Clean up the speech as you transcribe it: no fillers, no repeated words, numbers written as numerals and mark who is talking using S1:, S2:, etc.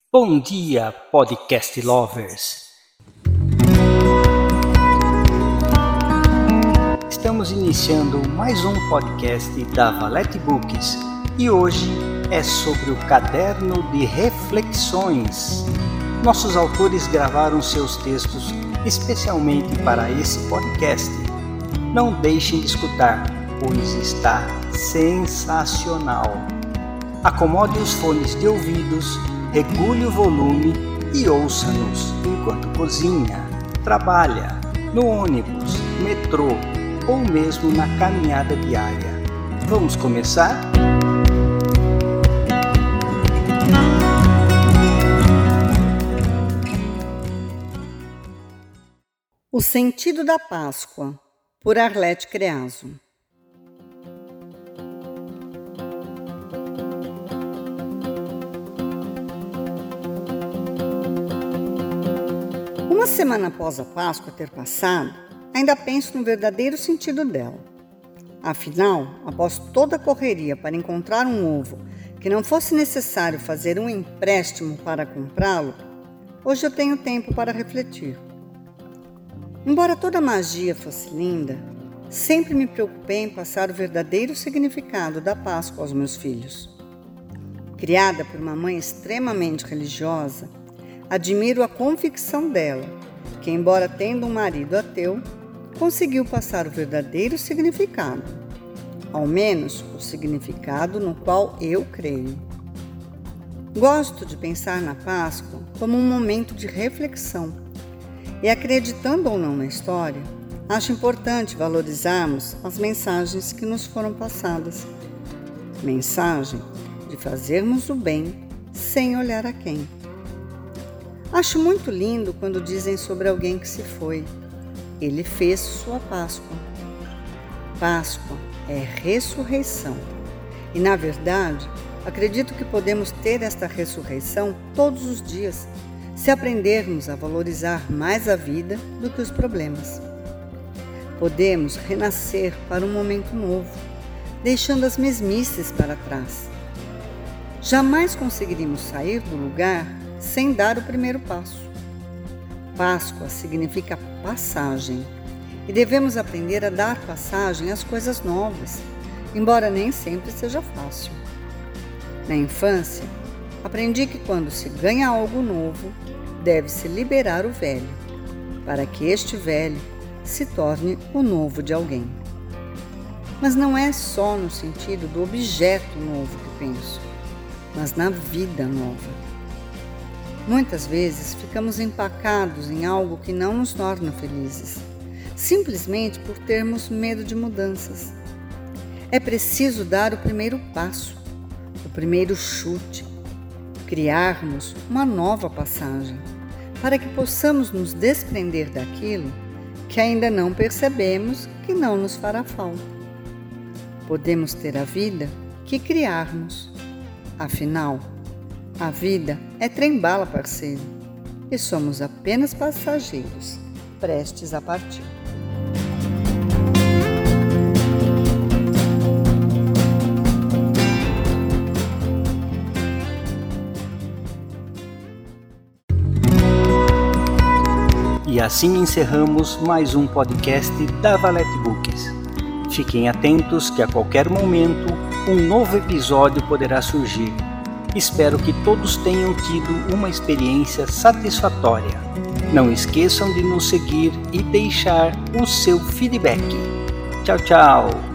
S1: Bom dia, podcast lovers! Estamos iniciando mais um podcast da Valete Books e hoje é sobre o caderno de reflexões. Nossos autores gravaram seus textos especialmente para esse podcast. Não deixem de escutar, pois está sensacional. Acomode os fones de ouvidos, regule o volume e ouça-nos enquanto cozinha, trabalha, no ônibus, metrô ou mesmo na caminhada diária. Vamos começar?
S2: O Sentido da Páscoa, por Arlete Creaso. Uma semana após a Páscoa ter passado, ainda penso no verdadeiro sentido dela. Afinal, após toda a correria para encontrar um ovo que não fosse necessário fazer um empréstimo para comprá-lo, hoje eu tenho tempo para refletir. Embora toda a magia fosse linda, sempre me preocupei em passar o verdadeiro significado da Páscoa aos meus filhos. Criada por uma mãe extremamente religiosa, admiro a convicção dela, que embora tendo um marido ateu, conseguiu passar o verdadeiro significado, ao menos o significado no qual eu creio. Gosto de pensar na Páscoa como um momento de reflexão, e acreditando ou não na história, acho importante valorizarmos as mensagens que nos foram passadas. Mensagem de fazermos o bem sem olhar a quem. Acho muito lindo quando dizem sobre alguém que se foi. Ele fez sua Páscoa. Páscoa é ressurreição. E, na verdade, acredito que podemos ter esta ressurreição todos os dias, se aprendermos a valorizar mais a vida do que os problemas. Podemos renascer para um momento novo, deixando as mesmices para trás. Jamais conseguiríamos sair do lugar sem dar o primeiro passo. Páscoa significa passagem e devemos aprender a dar passagem às coisas novas, embora nem sempre seja fácil. Na infância, aprendi que quando se ganha algo novo, deve-se liberar o velho, para que este velho se torne o novo de alguém. Mas não é só no sentido do objeto novo que penso, mas na vida nova. Muitas vezes ficamos empacados em algo que não nos torna felizes, simplesmente por termos medo de mudanças. É preciso dar o primeiro passo, o primeiro chute, criarmos uma nova passagem, para que possamos nos desprender daquilo que ainda não percebemos que não nos fará falta. Podemos ter a vida que criarmos. Afinal, a vida é trem-bala, parceiro, e somos apenas passageiros, prestes a partir.
S1: E assim encerramos mais um podcast da Valete Books. Fiquem atentos que a qualquer momento um novo episódio poderá surgir. Espero que todos tenham tido uma experiência satisfatória. Não esqueçam de nos seguir e deixar o seu feedback. Tchau, tchau!